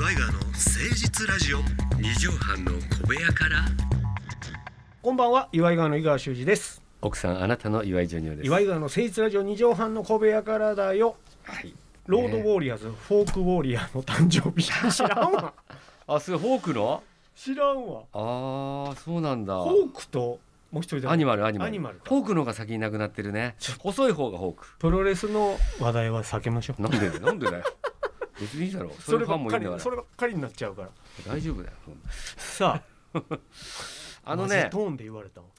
岩井川の誠実ラジオ。 二畳半の小部屋から。 こんばんは、岩井川の井川修司です。 奥さん、あなたの岩井ジョニオです。 岩井川の誠実ラジオ二畳半の小部屋からだよ。 はい、 ロードウォーリアーズ、フォークウォーリアーの誕生日。知らんわ。 あ、それフォークの？ 知らんわ。 ああ、そうなんだ。 フォークともう一人だ。 アニマル。 フフォークのが先になくなってるね。細い方がフォーク。 プロレスの話題は避けましょう。 なんでだよ。別にいいだろう。それファンもいいんだから。 そればっかりになっちゃうから。 大丈夫だよ。 さあ。 あのね。 マジトーンで言われたわ。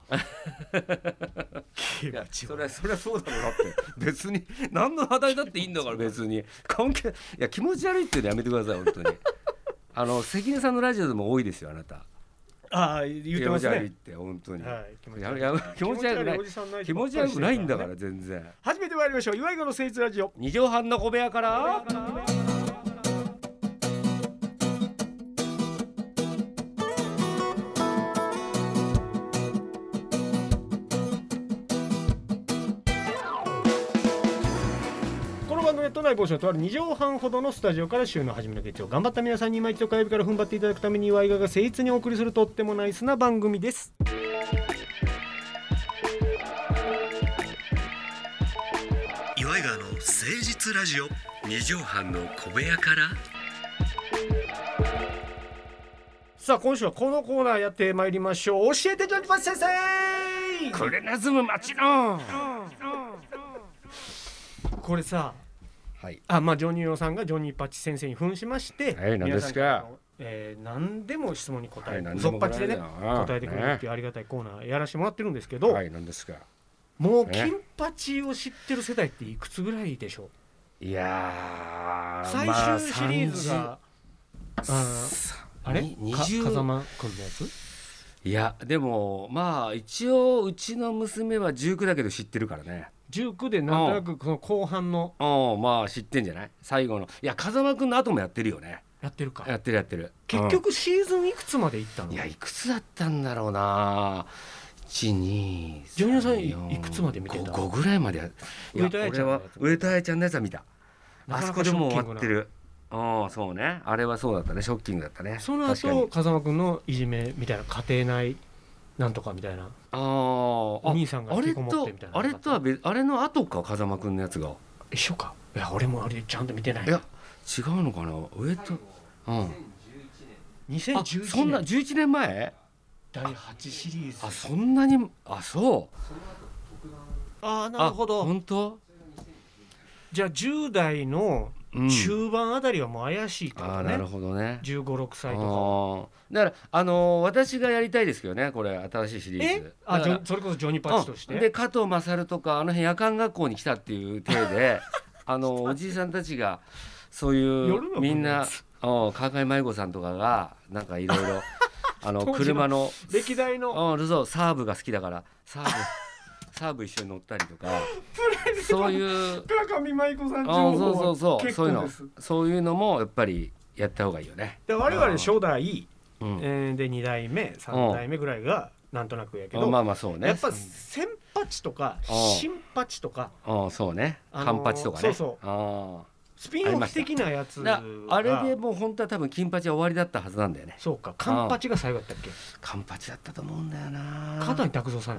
いや、それはそうだろうなって。別に何の話題だっていいんだから別に関係。いや、気持ち悪いっていうのやめてください本当に。関根さんのラジオでも多いですよあなた。 ああ、言ってますね。気持ち悪いって本当に。 はい、 気持ち悪くないんだから全然。 始めてまいりましょう。岩井川の誠実ラジオ二畳半の小部屋から。 都内某所のとある2畳半ほどのスタジオから週の初めの月曜、頑張った皆さんに今一度火曜日から踏ん張っていただくために岩井川が誠実にお送りするとってもナイスな番組です。 岩井川の誠実ラジオ。 二畳半の小部屋から。 さあ、今週はこのコーナーやってまいりましょう。教えてジョニパチ先生。 クレナズム町の。 これさ、はい、ジョニオさんがジョニーパチ先生に扮しまして、 はい、何ですか。 何でも質問に答えて、 嘘っぱちでね答えてくれるっていうありがたいコーナーやらせてもらってるんですけど、 はい、何ですか。 もう金八を知ってる世代っていくつぐらいでしょう。 いや最終シリーズが、あれ風間くんのやつ。 いやでも一応うちの娘は19だけど知ってるからね。 19でなんとなくこの後半の知ってんじゃない。最後の。いや、風間くんの後もやってるよね。 やってるか。 やってる。 結局シーズンいくつまでいったの。 いや、いくつだったんだろうな。1、2、 ジョニオさんいくつまで見てた。 5ぐらいまでや。 上戸彩ちゃんのやつ。 上戸彩ちゃんのやつは見た。あそこでもう終わってる。そうね。あれはそうだったね。ショッキングだったね。 その後風間くんのいじめみたいな、家庭内なんとかみたいな。お兄さんが引きこもってみたいな。 あれの後か、風間くんのやつが一緒か。いや、俺もあれちゃんと見てない。 いや、違うのかな。上と 2011年。 そんな11年前。 第8シリーズ。 そんなに。そう。 なるほど。 本当。 じゃあ10代の中盤あたりはもう怪しいからね。 なるほどね。 15、6歳とか。 だから私がやりたいですけどね、これ新しいシリーズ。 それこそジョニーパチとして。 で、加藤勝とか夜間学校に来たっていう体でおじいさんたちがそういうみんな川上麻衣子さんとかがなんかいろいろ車の歴代のサーブが好きだからサーブ一緒に乗ったりとか、そういう川上麻衣子さん情報は結構です。 そういうのもやっぱりやった方がいいよね。 で、我々初代で2代目3代目ぐらいがなんとなくやけど、 そうね。 やっぱ先八とか新八とか、 そうね、カンパチとかね。 スピンオフ的なやつがあれでもう本当は多分金八は終わりだったはずなんだよね。 そうか、カンパチが最後だったっけ。 カンパチだったと思うんだよな。 川谷拓三さん。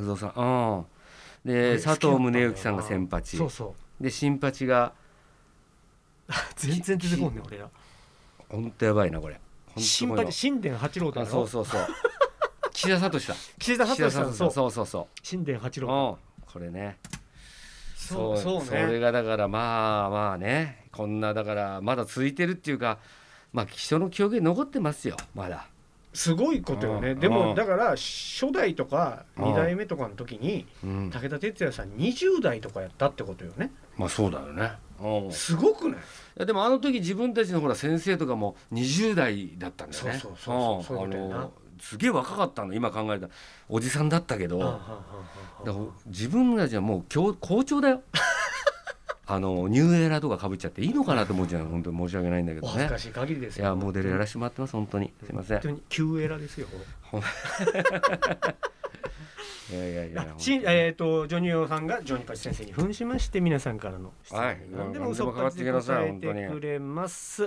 で、佐藤宗之さんが先八。で、新八が全然出てこんね俺ら。 本当やばいなこれ。 新八、新田八郎だろ。 そう岸田聡さん。 岸田聡さん。 そう新田八郎。 これね。 そうね。 それがだからね、こんなだからまだ続いてるっていうか、人の記憶に残ってますよまだ。 すごいことよね。でもだから初代とか2代目とかの時に武田鉄矢さん20代とかやったってことよね。 そうだよね。 すごくない。 いやでもあの時自分たちのほら先生とかも20代だったんだよね。すげえ若かったの今考えたら。おじさんだったけど、だから自分たちはもう校長だよ。ニューエラとかかぶっちゃっていいのかなと思うじゃん。本当に申し訳ないんだけどね。 お恥ずかしい限りですよ。 いや、モデルやらせてもらってます本当に。すいません。 本当に旧エラですよ。 いやジョニオさんがジョニパチ先生に扮しまして皆さんからの質問に何でも嘘っぱちで答えてくれます。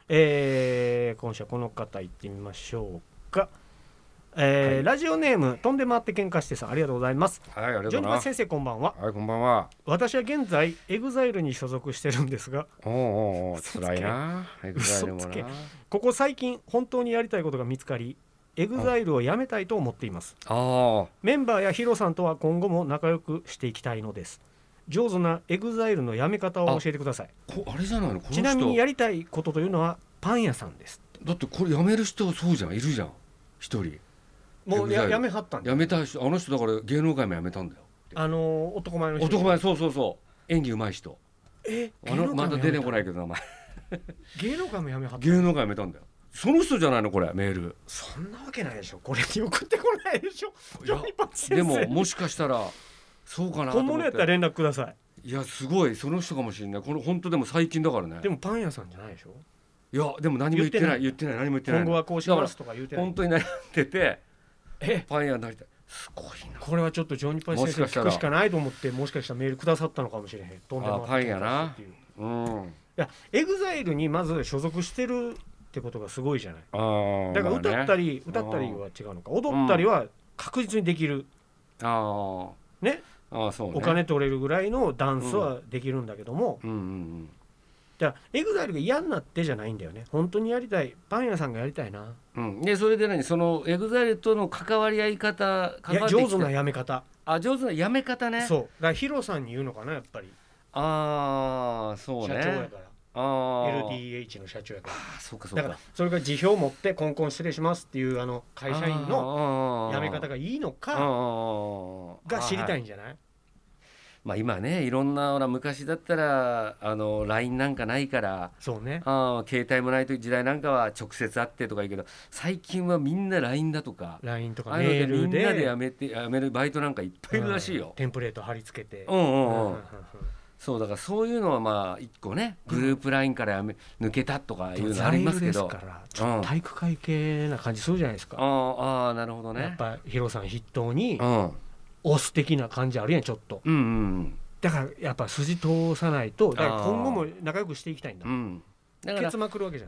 今週はこの方行ってみましょうか。ラジオネーム飛んで回って喧嘩してさん、ありがとうございます。 はい、ありがとうジョニーパな。 チ先生こんばんは。 はい、こんばんは。 私は現在エグザイルに所属してるんですが、 おう辛いな。 嘘つけ。ここ最近本当にやりたいことが見つかり、エグザイルをやめたいと思っています。メンバーやヒロさんとは今後も仲良くしていきたいのです。上手なエグザイルのやめ方を教えてください。 あれじゃないの、この人。 ちなみにやりたいことというのはパン屋さんです。 だってこれやめる人そうじゃん、いるじゃん一人。 もうやめはったんだ。 やめた人、あの人だから芸能界もやめたんだよ。 男前の人。 男前、そう演技うまい人。まだ出てこないけど名前。 芸能界もやめはった。 芸能界やめたんだよ。その人じゃないのこれ、メール。 そんなわけないでしょ、これに送ってこないでしょジョニーパチ先生。 でももしかしたらそうかなと思って。 本物やったら連絡ください。 いや、すごいその人かもしれない。この本当でも最近だからね。 でもパン屋さんじゃないでしょ。 いやでも何も言ってない何も言ってない。 今後はこうしますとか言ってない。 本当に悩んでてパン屋になりたい。すごいな。 これはちょっとジョニーパチ先生に聞くしかないと思って、もしかしたらメールくださったのかもしれへん。 パン屋な。 いや、エグザイルにまず所属してるってことがすごいじゃない。だから歌ったりは違うのか、踊ったりは確実にできる。ね。 そうね。 お金取れるぐらいのダンスはできるんだけども、だからエグザイルが嫌になってじゃないんだよね。本当にやりたい、パン屋さんがやりたいな。 でそれでそのエグザイルとの関わり合い方、 上手なやめ方。 上手なやめ方ね。 そうだからヒロさんに言うのかな、やっぱり。 そうね。 社長やから。LDH の社長やから。 そうか。 だからそれが辞表を持ってコンコン失礼しますっていう会社員のやめ方がいいのかが知りたいんじゃない。 今ね、いろんな昔だったらLINE なんかないから、 そうね、 携帯もない時代なんかは直接会ってとか言うけど、最近はみんな LINE だとか LINE とかメールでみんなでやめるバイトなんかいっぱいいるらしいよ。 テンプレート貼り付けて。 そうだからそういうのは一個ね、グループ LINE から抜けたとかいうのありますけど、 ですからちょっと体育会系な感じするじゃないですか。 なるほどね。 やっぱヒロさん筆頭にオス的な感じあるやん、ちょっと。だからやっぱ筋通さないと。だから今後も仲良くしていきたいんだ。だからケツまくるわけじゃない。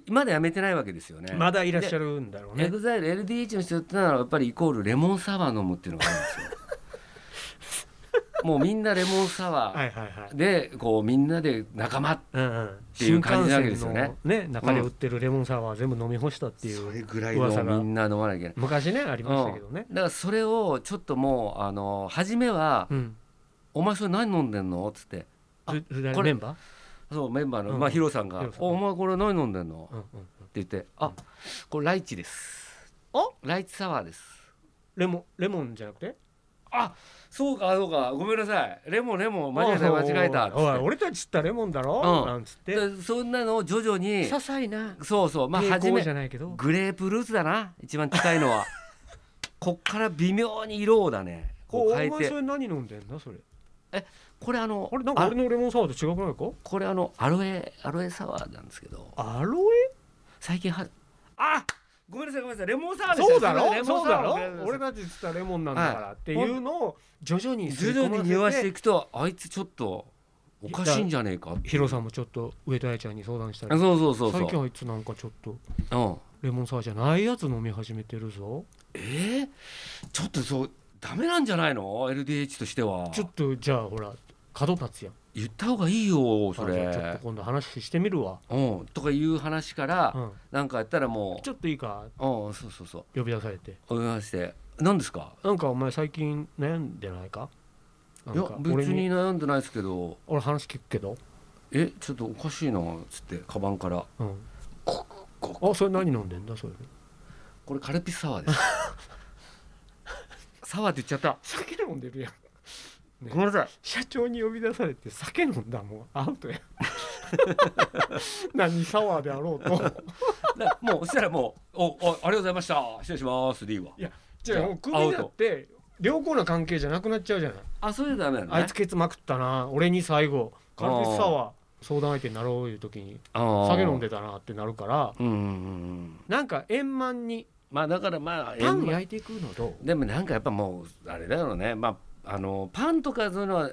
まだやめてないわけですよね。 まだいらっしゃるんだろうね。 エグザイル LDH の人ってのはやっぱりイコールレモンサワー飲むっていうのがあるんですよ。もうみんなレモンサワーでこうみんなで仲間っていう感じなわけですよね。 中で売ってるレモンサワー全部飲み干したっていうそれぐらいのみんな飲まなきゃいけない。 昔ねありましたけどね。 だからそれをちょっともう初めはお前それ何飲んでんのっつって、 これメンバーそうメンバーのヒロさんがお前これ何飲んでんのって言って、これライチです。ライチサワーです。 レモンじゃなくて、 そうかごめんなさい、レモン間違えたっつって、 俺たちったらレモンだろなんつって、 そんなのを徐々に些細な初めじゃないけどグレープフルーツだな一番近いのは。こっから微妙に色をだねこう変えて。 お前それ何飲んでんのそれ。 これなんか俺のレモンサワーと違くないか。 これアロエサワーなんですけど。 アロエ最近ごめんなさいレモンサワーでした。そうだろ俺たち言ったらレモンなんだからっていうのを徐々に匂わしていくと、あいつちょっとおかしいんじゃねえか。 ヒロさんもちょっと上戸彩ちゃんに相談したり。 そう最近あいつなんかちょっとレモンサワーじゃないやつ飲み始めてるぞ。 ちょっとそうダメなんじゃないの LDH としては。 ちょっとじゃあほら角立つやん。 言った方がいいよそれ。 ちょっと今度話してみるわ。 とかいう話からなんかやったらもうちょっといいか。 そう呼び出されてお願いして。何ですか。 なんかお前最近悩んでないか。 いや別に悩んでないですけど。 俺話聞くけど。 ちょっとおかしいなっつってカバンからそれ何飲んでんだそれ。 これカルピスサワーです。サワーって言っちゃった。 酒飲んでるやん。 ごめんなさい。 社長に呼び出されて酒飲んだもんアウトや。何サワーであろうと。 もうそしたらもうありがとうございました失礼しますでいいわ。 いやじゃあもうクビだって良好な関係じゃなくなっちゃうじゃない。 それでダメなのね。 あいつケツまくったな、俺に最後カルピスサワー相談相手になろういう時に酒飲んでたなってなるから、なんか円満にだからパン焼いていくのと。 でもなんかやっぱもうあれだろうね。パンとかそういうのは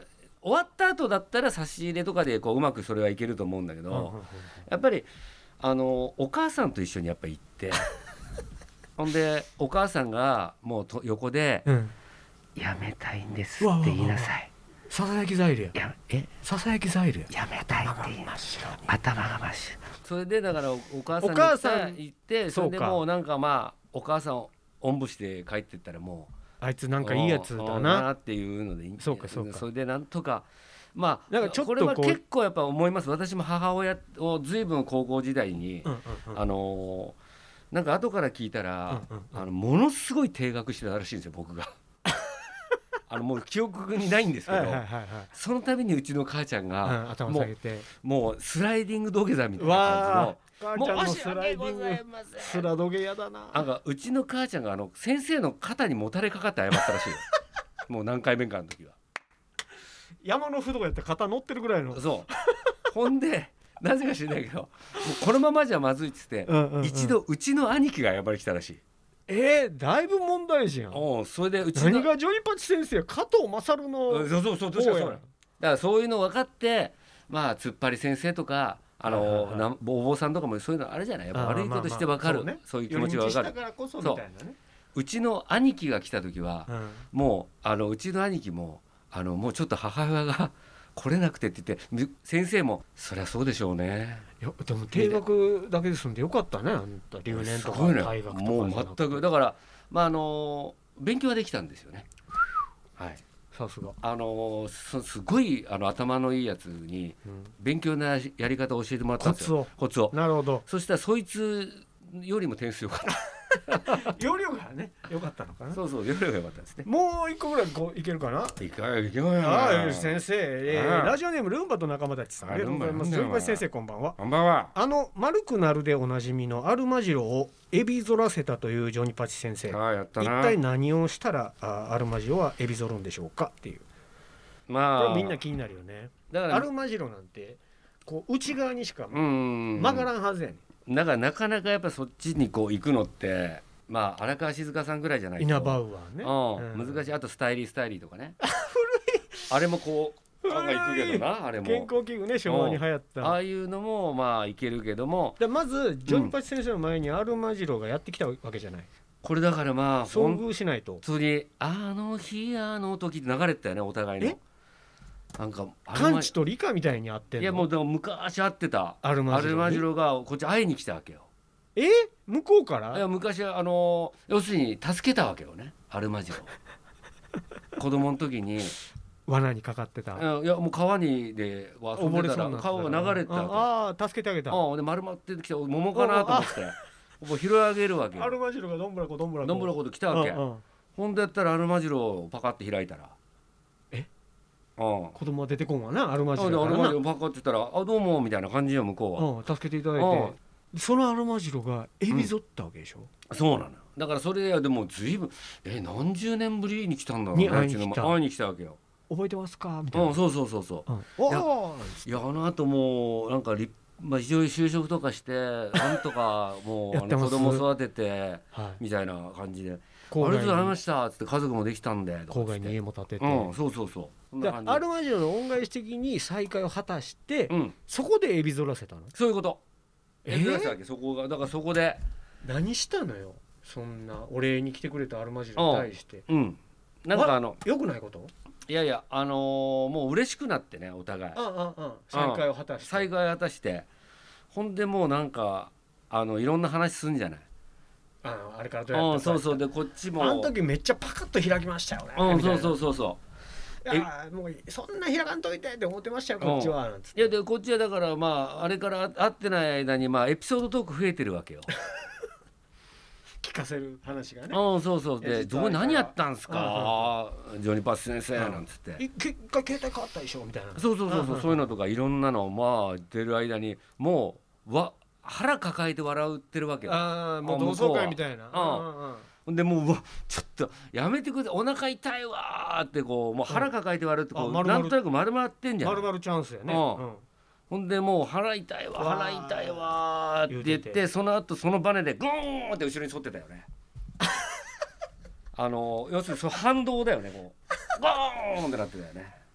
終わった後だったら差し入れとかでこううまくそれはいけると思うんだけど、やっぱりお母さんと一緒にやっぱ行ってほんでお母さんがもう横で、やめたいんですって言いなさい。 ささやきザイルやささやきザイルやめたいって言いなさい。頭が真っ白。それでだからお母さんに行ってそれでもうなんかまあお母さんをおんぶして帰ってったらもうあいつなんかいいやつだなっていうのでいい。 そうかそうか。 それでなんとかまあなんかちょっとこれは結構やっぱ思います。私も母親を随分高校時代に、なんか後から聞いたら、ものすごい停学してたらしいんですよ僕がもう記憶にないんですけど、その度にうちの母ちゃんが、 頭下げてもうスライディング土下座みたいな感じの、 母ちゃんのスライディングスラ土下やだな。 なんかうちの母ちゃんが先生の肩にもたれかかって謝ったらしいよもう何回目かの時は山の不動やって肩乗ってるぐらいの。 そうほんでなぜか知らないけどもうこのままじゃまずいっつって、一度うちの兄貴が謝り来たらしい。 だいぶ問題児やん。 それでうちの何がジョニパチ先生加藤勝のそう確かそうだからそういうの分かってまあ突っ張り先生とかお坊さんとかもそういうのあるじゃない。やっぱ悪いことして分かる、そういう気持ちが分かる。うちの兄貴が来た時は、もううちの兄貴ももうちょっと母親が来れなくてって言って先生もそりゃそうでしょうね。 いやでも定額だけで済んでよかったね。あんた留年とか退学とかもう全くだからまあ勉強はできたんですよね。はい。 さすがすごい頭のいいやつに勉強のやり方を教えてもらったんですよ。コツを。 なるほど。 そしたらそいつよりも点数良かった容量がね良かったのかな。 そう容量が良かったですね。 もう一個ぐらいいけるかな。 いけよ先生、ラジオネームルンバと仲間たちさんありがとうございます。ルンバ先生こんばんは。 こんばんは。 丸くなるでおなじみのアルマジロをエビゾらせたというジョニパチ先生、一体何をしたらアルマジロはエビゾるんでしょうかっていう。まあこれみんな気になるよね。だからアルマジロなんてこう内側にしか曲がらんはずやねん。 だからなかなかやっぱそっちにこう行くのってまあ荒川静香さんぐらいじゃないとイナバウアーね、難しい。あとスタイリーとかねあれもこう考え行くけどな。あれも健康器具ね昭和に流行った、 ああいうのもまあいけるけどもまずジョニパチ先生の前にアルマジロがやってきたわけじゃない。 これだからまあ遭遇しないと。 普通にあの日あの時って流れてたよねお互いの。なんかカンチとリカみたいに会ってんの。 いやもうでも昔会ってたアルマジロがこっち会いに来たわけよ。 向こうから。 いや昔は要するに助けたわけよねアルマジロ子供の時に罠にかかってた。 いやもう川にで遊んでたら川が流れてたわけ。 助けてあげた。 で丸まってきた桃かなと思ってもう拾い上げるわけよ。 アルマジロがどんぶらこと来たわけ。ほんでやったらアルマジロをパカって開いたら子供は出てこんわな。アルマジロアルマジロパカって言ったらどうもみたいな感じよ向こうは。助けていただいてそのアルマジロがエビゾったわけでしょ。 そうなの。だからそれでも随分何十年ぶりに来たんだろうね。会いに来たわけよ。 覚えてますかみたいな。 そういや後もなんか非常に就職とかしてなんとかもう子供育ててみたいな感じでありがとうございましたっつって家族もできたんで郊外に家も建ててそうアルマジロの恩返し的に再会を果たしてそこでエビゾらせたの。 そういうことエビゾらせたわけ。そこがだからそこで何したのよそんなお礼に来てくれたアルマジロに対してなんか良くないこと。 いやいやもう嬉しくなってねお互い再会を果たしてほんでもうなんかいろんな話すんじゃない。 あれからどうやってそうでこっちもあの時めっちゃパカッと開きましたよね。 そういやもうそんな開かんといてって思ってましたよこっちは。 いやでこっちはだからまああれから会ってない間にエピソードトーク増えてるわけよ聞かせる話がね。 そうでどこ何やったんすかジョニパチ先生なんつって結果携帯変わったでしょみたいな。 そういうのとかいろんなの出る間にもう腹抱えて笑ってるわけよ。 もう同窓会みたいな。 でもうちょっとやめてくださいお腹痛いわってこうもう腹抱えて笑うってこうなんとなく丸まってんじゃん。 丸々チャンスやね。 ほんでもう腹痛いわって言ってその後そのバネでゴーンって後ろに反ってたよね要するにその反動だよねこうゴーンってなってたよね。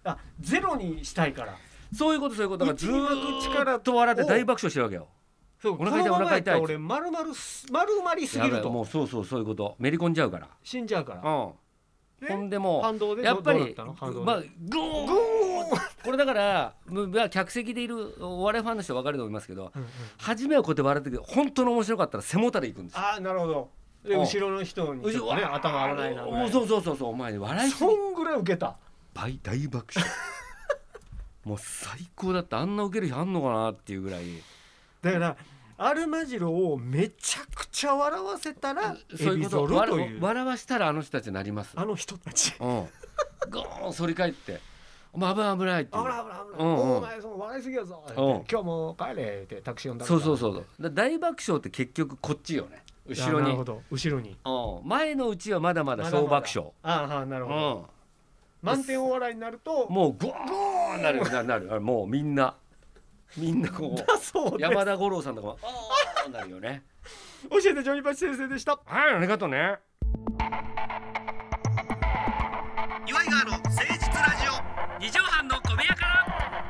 ゼロにしたいから。 そういうことだからずーっと笑って大爆笑してるわけよ。 そう、お腹痛い俺丸々すぎるともうそういうことめり込んじゃうから死んじゃうから。 ほんでも反動でやっぱりグーンこれだから客席でいるお笑いファンの人は分かると思いますけど、初めはこうやって笑ってるけど本当に面白かったら背もたれいくんですよ。 なるほど。で後ろの人にちょっとね頭危ないなぐらい。 そうお前笑いすぎ。 そんぐらい受けた。 大爆笑もう最高だった。あんな受ける日あんのかなっていうぐらい。 だからアルマジロをめちゃくちゃ笑わせたらそういうこと笑わしたらあの人たちになります。 あの人たちゴーン反り返ってお前危ないって危ないお前その笑いすぎやぞ今日も帰れってタクシー呼んだから。 そう大爆笑って結局こっちよね。後ろに。 なるほど後ろに。 前のうちはまだまだ小爆笑。 なるほど。満点お笑いになるともうゴーンなるもうみんなこう山田五郎さんとかもなるよね。 教えてジョニーパチ先生でした。 はいありがとうね。 岩井川の誠実ラジオ 2畳半の小部屋から。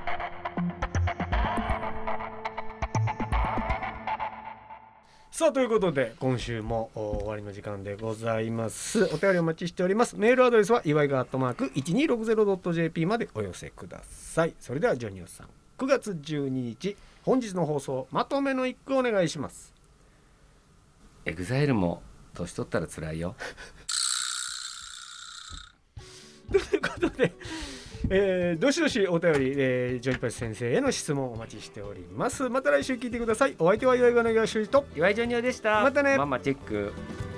さあということで今週も終わりの時間でございます。お便りお待ちしております。メールアドレスは岩井川@1260.jp までお寄せください。それではジョニオさん9月12日本日の放送まとめの一句お願いします。 エグザイルも年取ったら辛いよということで、どしどしお便り、ジョニーパチ先生への質問お待ちしております。また来週聞いてください。お相手は岩井川の岩井修司と岩井ジョニオでした。 またね。 ママチェック。